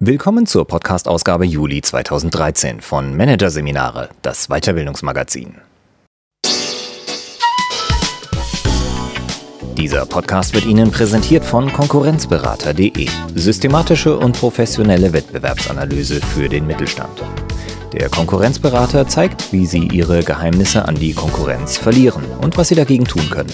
Willkommen zur Podcast-Ausgabe Juli 2013 von Managerseminare, das Weiterbildungsmagazin. Dieser Podcast wird Ihnen präsentiert von Konkurrenzberater.de. Systematische und professionelle Wettbewerbsanalyse für den Mittelstand. Der Konkurrenzberater zeigt, wie Sie Ihre Geheimnisse an die Konkurrenz verlieren und was Sie dagegen tun können.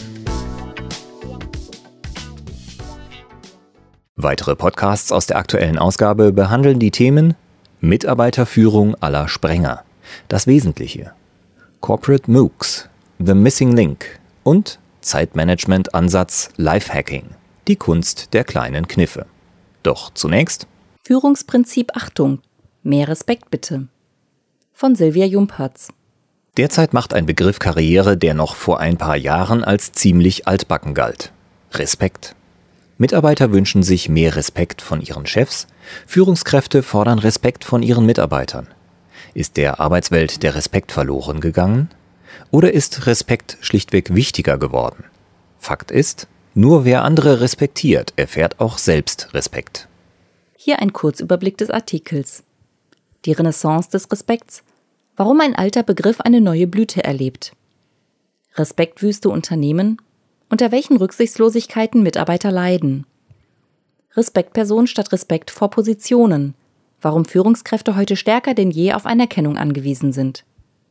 Weitere Podcasts aus der aktuellen Ausgabe behandeln die Themen Mitarbeiterführung à la Sprenger, das Wesentliche, Corporate MOOCs, The Missing Link und Zeitmanagement-Ansatz Lifehacking, die Kunst der kleinen Kniffe. Doch zunächst Führungsprinzip Achtung, mehr Respekt bitte. Von Silvia Jumpertz. Derzeit macht ein Begriff Karriere, der noch vor ein paar Jahren als ziemlich altbacken galt. Respekt. Mitarbeiter wünschen sich mehr Respekt von ihren Chefs, Führungskräfte fordern Respekt von ihren Mitarbeitern. Ist der Arbeitswelt der Respekt verloren gegangen? Oder ist Respekt schlichtweg wichtiger geworden? Fakt ist, nur wer andere respektiert, erfährt auch selbst Respekt. Hier ein Kurzüberblick des Artikels. Die Renaissance des Respekts. Warum ein alter Begriff eine neue Blüte erlebt. Respektwüste Unternehmen. Unter welchen Rücksichtslosigkeiten Mitarbeiter leiden. Respektperson statt Respekt vor Positionen. Warum Führungskräfte heute stärker denn je auf Anerkennung angewiesen sind.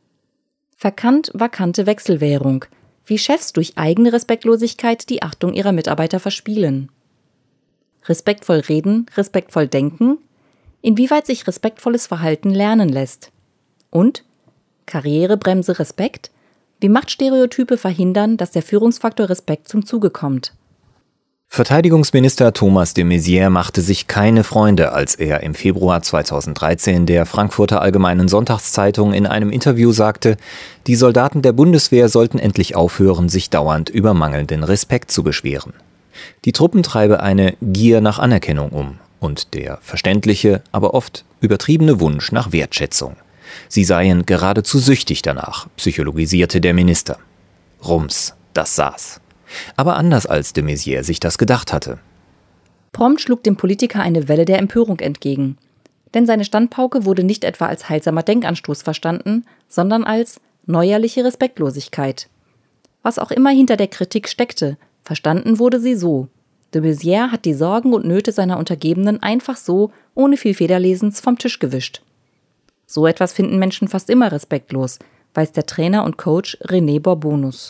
Vakante Wechselwährung. Wie Chefs durch eigene Respektlosigkeit die Achtung ihrer Mitarbeiter verspielen. Respektvoll reden, respektvoll denken. Inwieweit sich respektvolles Verhalten lernen lässt. Und Karrierebremse Respekt. Wie Machtstereotype verhindern, dass der Führungsfaktor Respekt zum Zuge kommt. Verteidigungsminister Thomas de Maizière machte sich keine Freunde, als er im Februar 2013 der Frankfurter Allgemeinen Sonntagszeitung in einem Interview sagte, die Soldaten der Bundeswehr sollten endlich aufhören, sich dauernd über mangelnden Respekt zu beschweren. Die Truppen treibe eine Gier nach Anerkennung um und der verständliche, aber oft übertriebene Wunsch nach Wertschätzung. Sie seien geradezu süchtig danach, psychologisierte der Minister. Rums, das saß. Aber anders als de Maizière sich das gedacht hatte. Prompt schlug dem Politiker eine Welle der Empörung entgegen. Denn seine Standpauke wurde nicht etwa als heilsamer Denkanstoß verstanden, sondern als neuerliche Respektlosigkeit. Was auch immer hinter der Kritik steckte, verstanden wurde sie so. De Maizière hat die Sorgen und Nöte seiner Untergebenen einfach so, ohne viel Federlesens, vom Tisch gewischt. So etwas finden Menschen fast immer respektlos, weiß der Trainer und Coach René Bourbonus.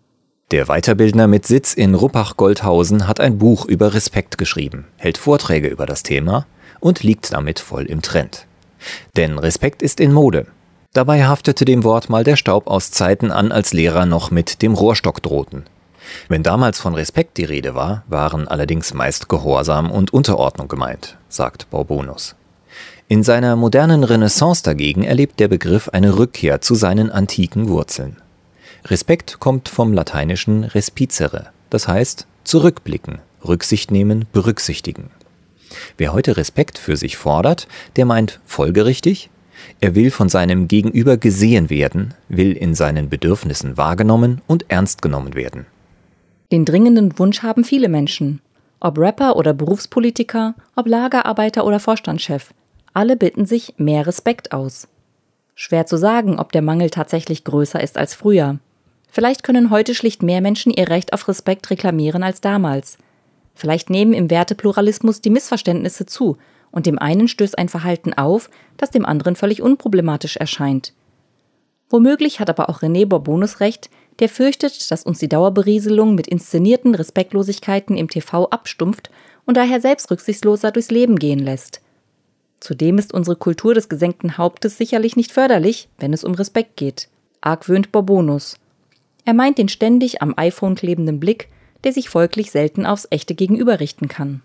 Der Weiterbildner mit Sitz in Ruppach-Goldhausen hat ein Buch über Respekt geschrieben, hält Vorträge über das Thema und liegt damit voll im Trend. Denn Respekt ist in Mode. Dabei haftete dem Wort mal der Staub aus Zeiten an, als Lehrer noch mit dem Rohrstock drohten. Wenn damals von Respekt die Rede war, waren allerdings meist Gehorsam und Unterordnung gemeint, sagt Bourbonus. In seiner modernen Renaissance dagegen erlebt der Begriff eine Rückkehr zu seinen antiken Wurzeln. Respekt kommt vom lateinischen respicere, das heißt zurückblicken, Rücksicht nehmen, berücksichtigen. Wer heute Respekt für sich fordert, der meint folgerichtig, er will von seinem Gegenüber gesehen werden, will in seinen Bedürfnissen wahrgenommen und ernst genommen werden. Den dringenden Wunsch haben viele Menschen, ob Rapper oder Berufspolitiker, ob Lagerarbeiter oder Vorstandschef. Alle bitten sich mehr Respekt aus. Schwer zu sagen, ob der Mangel tatsächlich größer ist als früher. Vielleicht können heute schlicht mehr Menschen ihr Recht auf Respekt reklamieren als damals. Vielleicht nehmen im Wertepluralismus die Missverständnisse zu und dem einen stößt ein Verhalten auf, das dem anderen völlig unproblematisch erscheint. Womöglich hat aber auch René Bourbonus recht, der fürchtet, dass uns die Dauerberieselung mit inszenierten Respektlosigkeiten im TV abstumpft und daher selbst rücksichtsloser durchs Leben gehen lässt. Zudem ist unsere Kultur des gesenkten Hauptes sicherlich nicht förderlich, wenn es um Respekt geht, argwöhnt Bourbonus. Er meint den ständig am iPhone klebenden Blick, der sich folglich selten aufs echte Gegenüber richten kann.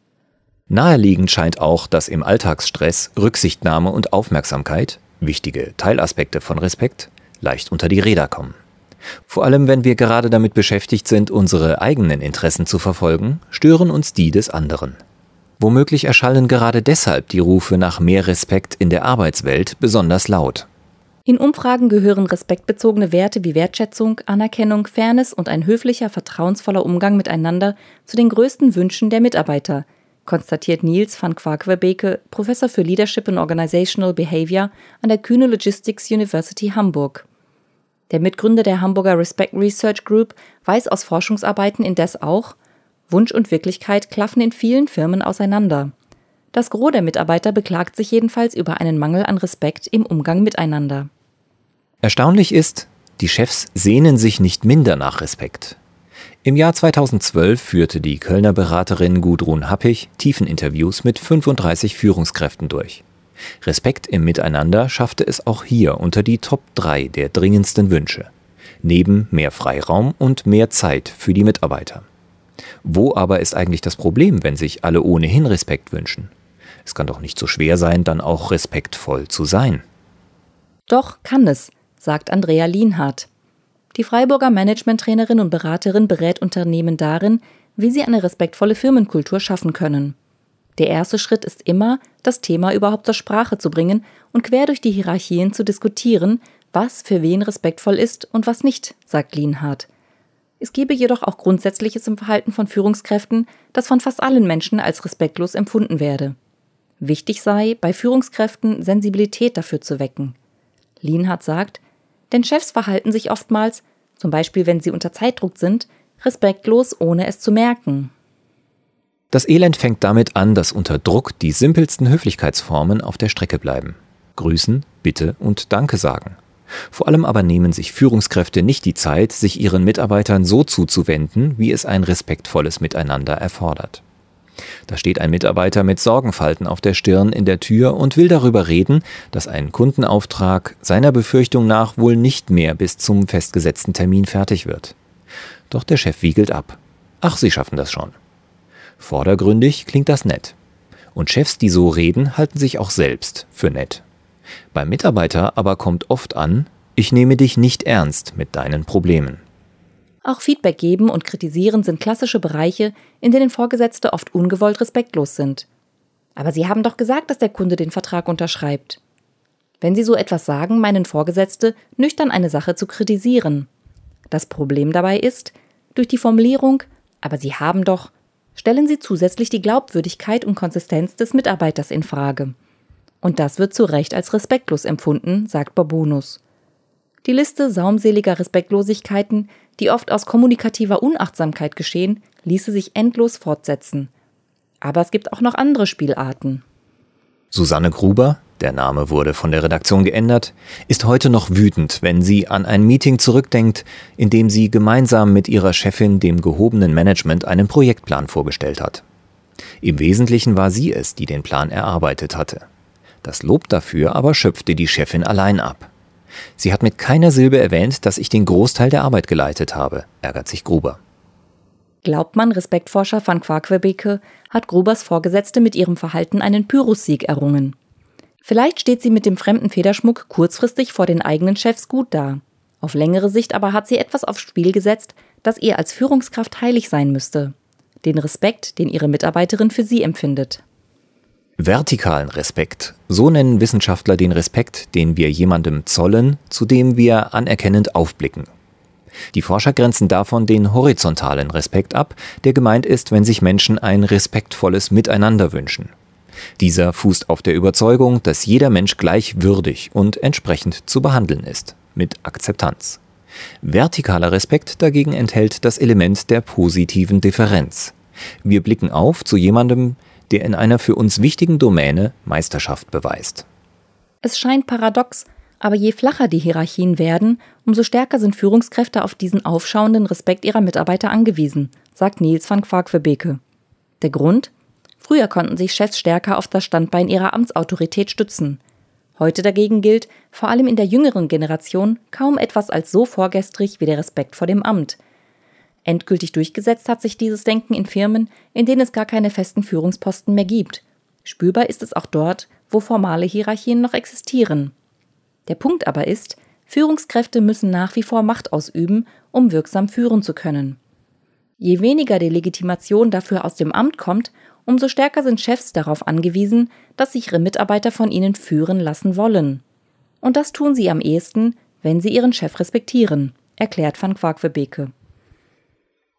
Naheliegend scheint auch, dass im Alltagsstress Rücksichtnahme und Aufmerksamkeit, wichtige Teilaspekte von Respekt, leicht unter die Räder kommen. Vor allem, wenn wir gerade damit beschäftigt sind, unsere eigenen Interessen zu verfolgen, stören uns die des anderen. Womöglich erschallen gerade deshalb die Rufe nach mehr Respekt in der Arbeitswelt besonders laut. In Umfragen gehören respektbezogene Werte wie Wertschätzung, Anerkennung, Fairness und ein höflicher, vertrauensvoller Umgang miteinander zu den größten Wünschen der Mitarbeiter, konstatiert Niels van Quaquebeke, Professor für Leadership and Organizational Behavior an der Kühne Logistics University Hamburg. Der Mitgründer der Hamburger Respect Research Group weiß aus Forschungsarbeiten indes auch, Wunsch und Wirklichkeit klaffen in vielen Firmen auseinander. Das Gros der Mitarbeiter beklagt sich jedenfalls über einen Mangel an Respekt im Umgang miteinander. Erstaunlich ist, die Chefs sehnen sich nicht minder nach Respekt. Im Jahr 2012 führte die Kölner Beraterin Gudrun Happig Tiefeninterviews mit 35 Führungskräften durch. Respekt im Miteinander schaffte es auch hier unter die Top 3 der dringendsten Wünsche. Neben mehr Freiraum und mehr Zeit für die Mitarbeiter. Wo aber ist eigentlich das Problem, wenn sich alle ohnehin Respekt wünschen? Es kann doch nicht so schwer sein, dann auch respektvoll zu sein. Doch kann es, sagt Andrea Lienhardt. Die Freiburger Management-Trainerin und Beraterin berät Unternehmen darin, wie sie eine respektvolle Firmenkultur schaffen können. Der erste Schritt ist immer, das Thema überhaupt zur Sprache zu bringen und quer durch die Hierarchien zu diskutieren, was für wen respektvoll ist und was nicht, sagt Lienhardt. Es gebe jedoch auch Grundsätzliches im Verhalten von Führungskräften, das von fast allen Menschen als respektlos empfunden werde. Wichtig sei, bei Führungskräften Sensibilität dafür zu wecken. Lienhardt sagt, denn Chefs verhalten sich oftmals, zum Beispiel wenn sie unter Zeitdruck sind, respektlos, ohne es zu merken. Das Elend fängt damit an, dass unter Druck die simpelsten Höflichkeitsformen auf der Strecke bleiben. Grüßen, Bitte und Danke sagen. Vor allem aber nehmen sich Führungskräfte nicht die Zeit, sich ihren Mitarbeitern so zuzuwenden, wie es ein respektvolles Miteinander erfordert. Da steht ein Mitarbeiter mit Sorgenfalten auf der Stirn in der Tür und will darüber reden, dass ein Kundenauftrag seiner Befürchtung nach wohl nicht mehr bis zum festgesetzten Termin fertig wird. Doch der Chef wiegelt ab. Ach, Sie schaffen das schon. Vordergründig klingt das nett. Und Chefs, die so reden, halten sich auch selbst für nett. Beim Mitarbeiter aber kommt oft an, ich nehme dich nicht ernst mit deinen Problemen. Auch Feedback geben und kritisieren sind klassische Bereiche, in denen Vorgesetzte oft ungewollt respektlos sind. Aber Sie haben doch gesagt, dass der Kunde den Vertrag unterschreibt. Wenn Sie so etwas sagen, meinen Vorgesetzte, nüchtern eine Sache zu kritisieren. Das Problem dabei ist, durch die Formulierung, aber Sie haben doch, stellen Sie zusätzlich die Glaubwürdigkeit und Konsistenz des Mitarbeiters in Frage. Und das wird zu Recht als respektlos empfunden, sagt Babunus. Die Liste saumseliger Respektlosigkeiten, die oft aus kommunikativer Unachtsamkeit geschehen, ließe sich endlos fortsetzen. Aber es gibt auch noch andere Spielarten. Susanne Gruber, der Name wurde von der Redaktion geändert, ist heute noch wütend, wenn sie an ein Meeting zurückdenkt, in dem sie gemeinsam mit ihrer Chefin dem gehobenen Management einen Projektplan vorgestellt hat. Im Wesentlichen war sie es, die den Plan erarbeitet hatte. Das Lob dafür aber schöpfte die Chefin allein ab. Sie hat mit keiner Silbe erwähnt, dass ich den Großteil der Arbeit geleitet habe, ärgert sich Gruber. Glaubt man, Respektforscher van Quaquebeke, hat Grubers Vorgesetzte mit ihrem Verhalten einen Pyrrhussieg errungen. Vielleicht steht sie mit dem fremden Federschmuck kurzfristig vor den eigenen Chefs gut da. Auf längere Sicht aber hat sie etwas aufs Spiel gesetzt, das ihr als Führungskraft heilig sein müsste. Den Respekt, den ihre Mitarbeiterin für sie empfindet. Vertikalen Respekt, so nennen Wissenschaftler den Respekt, den wir jemandem zollen, zu dem wir anerkennend aufblicken. Die Forscher grenzen davon den horizontalen Respekt ab, der gemeint ist, wenn sich Menschen ein respektvolles Miteinander wünschen. Dieser fußt auf der Überzeugung, dass jeder Mensch gleich würdig und entsprechend zu behandeln ist, mit Akzeptanz. Vertikaler Respekt dagegen enthält das Element der positiven Differenz. Wir blicken auf zu jemandem, der in einer für uns wichtigen Domäne Meisterschaft beweist. Es scheint paradox, aber je flacher die Hierarchien werden, umso stärker sind Führungskräfte auf diesen aufschauenden Respekt ihrer Mitarbeiter angewiesen, sagt Niels van Quaquebeke. Der Grund? Früher konnten sich Chefs stärker auf das Standbein ihrer Amtsautorität stützen. Heute dagegen gilt, vor allem in der jüngeren Generation, kaum etwas als so vorgestrig wie der Respekt vor dem Amt. Endgültig durchgesetzt hat sich dieses Denken in Firmen, in denen es gar keine festen Führungsposten mehr gibt. Spürbar ist es auch dort, wo formale Hierarchien noch existieren. Der Punkt aber ist, Führungskräfte müssen nach wie vor Macht ausüben, um wirksam führen zu können. Je weniger die Legitimation dafür aus dem Amt kommt, umso stärker sind Chefs darauf angewiesen, dass sich ihre Mitarbeiter von ihnen führen lassen wollen. Und das tun sie am ehesten, wenn sie ihren Chef respektieren, erklärt van Quaquebeke.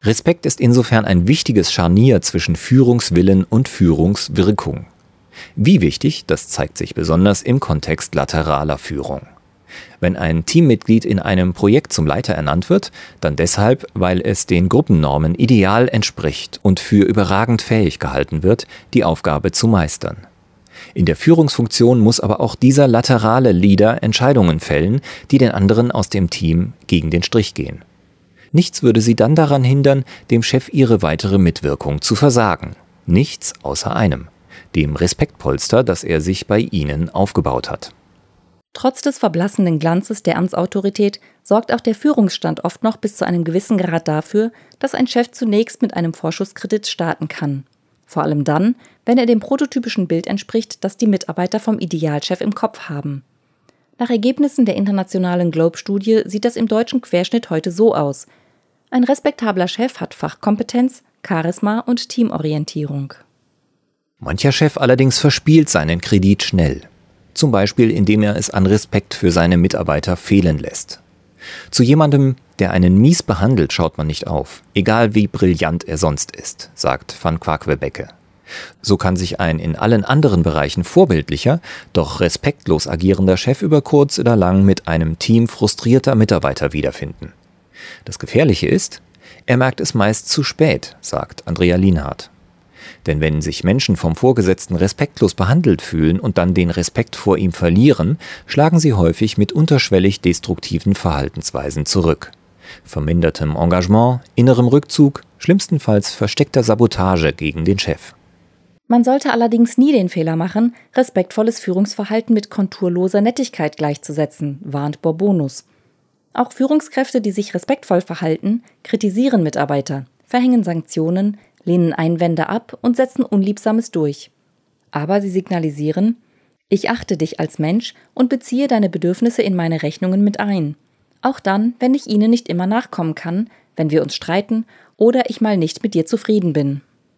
Respekt ist insofern ein wichtiges Scharnier zwischen Führungswillen und Führungswirkung. Wie wichtig, das zeigt sich besonders im Kontext lateraler Führung. Wenn ein Teammitglied in einem Projekt zum Leiter ernannt wird, dann deshalb, weil es den Gruppennormen ideal entspricht und für überragend fähig gehalten wird, die Aufgabe zu meistern. In der Führungsfunktion muss aber auch dieser laterale Leader Entscheidungen fällen, die den anderen aus dem Team gegen den Strich gehen. Nichts würde sie dann daran hindern, dem Chef ihre weitere Mitwirkung zu versagen. Nichts außer einem, dem Respektpolster, das er sich bei ihnen aufgebaut hat. Trotz des verblassenden Glanzes der Amtsautorität sorgt auch der Führungsstand oft noch bis zu einem gewissen Grad dafür, dass ein Chef zunächst mit einem Vorschusskredit starten kann. Vor allem dann, wenn er dem prototypischen Bild entspricht, das die Mitarbeiter vom Idealchef im Kopf haben. Nach Ergebnissen der internationalen Globe-Studie sieht das im deutschen Querschnitt heute so aus: Ein respektabler Chef hat Fachkompetenz, Charisma und Teamorientierung. Mancher Chef allerdings verspielt seinen Kredit schnell. Zum Beispiel, indem er es an Respekt für seine Mitarbeiter fehlen lässt. Zu jemandem, der einen mies behandelt, schaut man nicht auf, egal wie brillant er sonst ist, sagt van Quaquebecke. So kann sich ein in allen anderen Bereichen vorbildlicher, doch respektlos agierender Chef über kurz oder lang mit einem Team frustrierter Mitarbeiter wiederfinden. Das Gefährliche ist, er merkt es meist zu spät, sagt Andrea Lienhardt. Denn wenn sich Menschen vom Vorgesetzten respektlos behandelt fühlen und dann den Respekt vor ihm verlieren, schlagen sie häufig mit unterschwellig destruktiven Verhaltensweisen zurück. Vermindertem Engagement, innerem Rückzug, schlimmstenfalls versteckter Sabotage gegen den Chef. Man sollte allerdings nie den Fehler machen, respektvolles Führungsverhalten mit konturloser Nettigkeit gleichzusetzen, warnt Bourbonus. Auch Führungskräfte, die sich respektvoll verhalten, kritisieren Mitarbeiter, verhängen Sanktionen, lehnen Einwände ab und setzen Unliebsames durch. Aber sie signalisieren: Ich achte dich als Mensch und beziehe deine Bedürfnisse in meine Rechnungen mit ein. Auch dann, wenn ich ihnen nicht immer nachkommen kann, wenn wir uns streiten oder ich mal nicht mit dir zufrieden bin.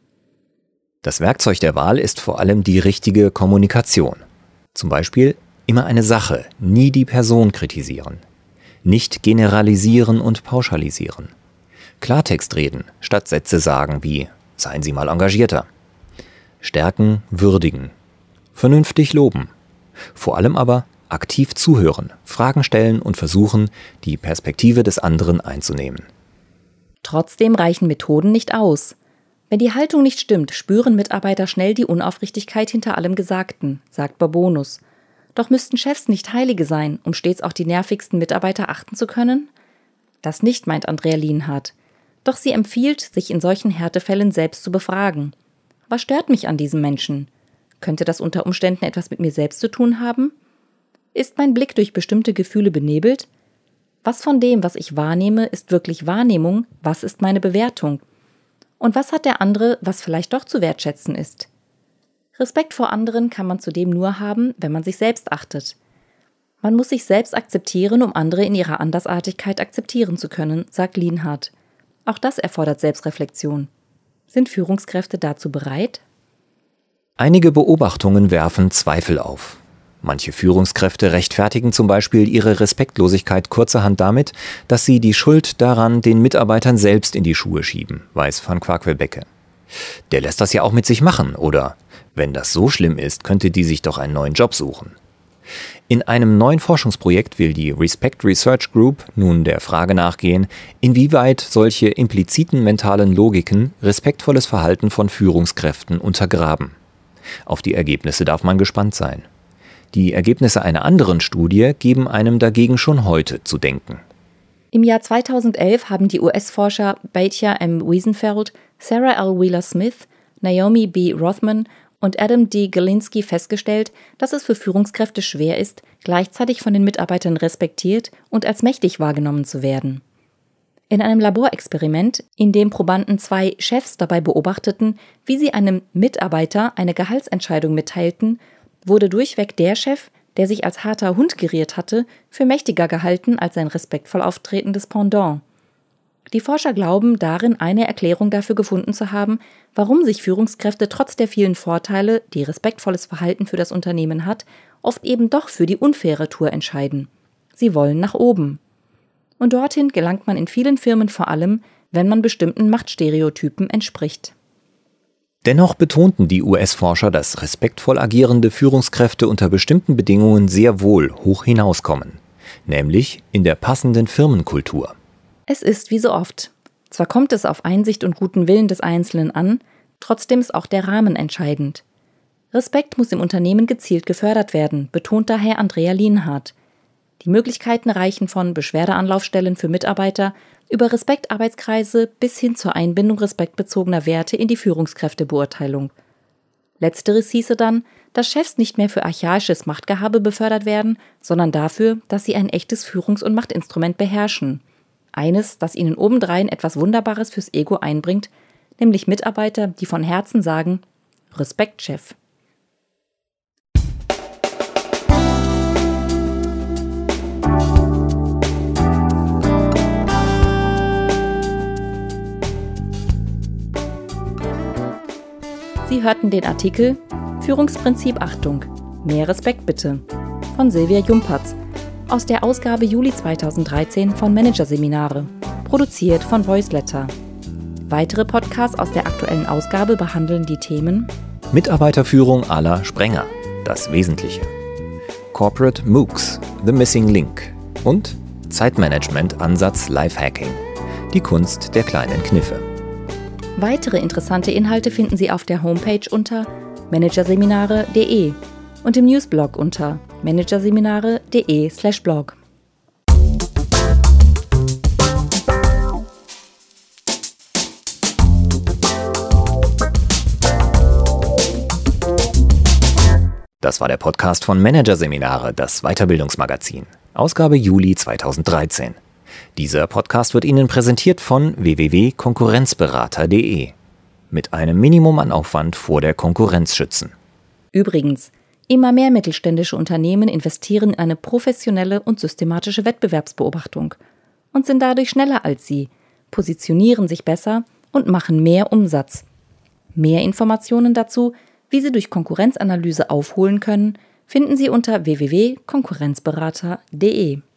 Das Werkzeug der Wahl ist vor allem die richtige Kommunikation. Zum Beispiel immer eine Sache, nie die Person kritisieren. Nicht generalisieren und pauschalisieren. Klartext reden, statt Sätze sagen wie „Seien Sie mal engagierter“. Stärken, würdigen. Vernünftig loben. Vor allem aber aktiv zuhören, Fragen stellen und versuchen, die Perspektive des anderen einzunehmen. Trotzdem reichen Methoden nicht aus. Wenn die Haltung nicht stimmt, spüren Mitarbeiter schnell die Unaufrichtigkeit hinter allem Gesagten, sagt Bourbonus. Doch müssten Chefs nicht Heilige sein, um stets auch die nervigsten Mitarbeiter achten zu können? Das nicht, meint Andrea Lienhardt. Doch sie empfiehlt, sich in solchen Härtefällen selbst zu befragen. Was stört mich an diesem Menschen? Könnte das unter Umständen etwas mit mir selbst zu tun haben? Ist mein Blick durch bestimmte Gefühle benebelt? Was von dem, was ich wahrnehme, ist wirklich Wahrnehmung? Was ist meine Bewertung? Und was hat der andere, was vielleicht doch zu wertschätzen ist? Respekt vor anderen kann man zudem nur haben, wenn man sich selbst achtet. Man muss sich selbst akzeptieren, um andere in ihrer Andersartigkeit akzeptieren zu können, sagt Lienhardt. Auch das erfordert Selbstreflexion. Sind Führungskräfte dazu bereit? Einige Beobachtungen werfen Zweifel auf. Manche Führungskräfte rechtfertigen zum Beispiel ihre Respektlosigkeit kurzerhand damit, dass sie die Schuld daran den Mitarbeitern selbst in die Schuhe schieben, weiß van Quaquebecke. Der lässt das ja auch mit sich machen, oder? Wenn das so schlimm ist, könnte die sich doch einen neuen Job suchen. In einem neuen Forschungsprojekt will die Respect Research Group nun der Frage nachgehen, inwieweit solche impliziten mentalen Logiken respektvolles Verhalten von Führungskräften untergraben. Auf die Ergebnisse darf man gespannt sein. Die Ergebnisse einer anderen Studie geben einem dagegen schon heute zu denken. Im Jahr 2011 haben die US-Forscher Batya M. Wiesenfeld, Sarah L. Wheeler-Smith, Naomi B. Rothman und Adam D. Galinsky festgestellt, dass es für Führungskräfte schwer ist, gleichzeitig von den Mitarbeitern respektiert und als mächtig wahrgenommen zu werden. In einem Laborexperiment, in dem Probanden 2 Chefs dabei beobachteten, wie sie einem Mitarbeiter eine Gehaltsentscheidung mitteilten, wurde durchweg der Chef, der sich als harter Hund geriert hatte, für mächtiger gehalten als sein respektvoll auftretendes Pendant. Die Forscher glauben, darin eine Erklärung dafür gefunden zu haben, warum sich Führungskräfte trotz der vielen Vorteile, die respektvolles Verhalten für das Unternehmen hat, oft eben doch für die unfaire Tour entscheiden. Sie wollen nach oben. Und dorthin gelangt man in vielen Firmen vor allem, wenn man bestimmten Machtstereotypen entspricht. Dennoch betonten die US-Forscher, dass respektvoll agierende Führungskräfte unter bestimmten Bedingungen sehr wohl hoch hinauskommen, nämlich in der passenden Firmenkultur. Es ist wie so oft. Zwar kommt es auf Einsicht und guten Willen des Einzelnen an, trotzdem ist auch der Rahmen entscheidend. Respekt muss im Unternehmen gezielt gefördert werden, betont daher Andrea Lienhardt. Die Möglichkeiten reichen von Beschwerdeanlaufstellen für Mitarbeiter über Respektarbeitskreise bis hin zur Einbindung respektbezogener Werte in die Führungskräftebeurteilung. Letzteres hieße dann, dass Chefs nicht mehr für archaisches Machtgehabe befördert werden, sondern dafür, dass sie ein echtes Führungs- und Machtinstrument beherrschen. Eines, das ihnen obendrein etwas Wunderbares fürs Ego einbringt, nämlich Mitarbeiter, die von Herzen sagen: Respekt, Chef. Sie hörten den Artikel Führungsprinzip Achtung, mehr Respekt bitte von Silvia Jumpertz aus der Ausgabe Juli 2013 von Managerseminare, produziert von Voiceletter. Weitere Podcasts aus der aktuellen Ausgabe behandeln die Themen Mitarbeiterführung à la Sprenger, das Wesentliche. Corporate MOOCs, The Missing Link. Und Zeitmanagement-Ansatz Lifehacking, die Kunst der kleinen Kniffe. Weitere interessante Inhalte finden Sie auf der Homepage unter managerseminare.de und im Newsblog unter managerseminare.de/blog. Das war der Podcast von Managerseminare, das Weiterbildungsmagazin, Ausgabe Juli 2013. Dieser Podcast wird Ihnen präsentiert von www.konkurrenzberater.de. Mit einem Minimum an Aufwand vor der Konkurrenz schützen. Übrigens, immer mehr mittelständische Unternehmen investieren in eine professionelle und systematische Wettbewerbsbeobachtung und sind dadurch schneller als Sie, positionieren sich besser und machen mehr Umsatz. Mehr Informationen dazu, wie Sie durch Konkurrenzanalyse aufholen können, finden Sie unter www.konkurrenzberater.de.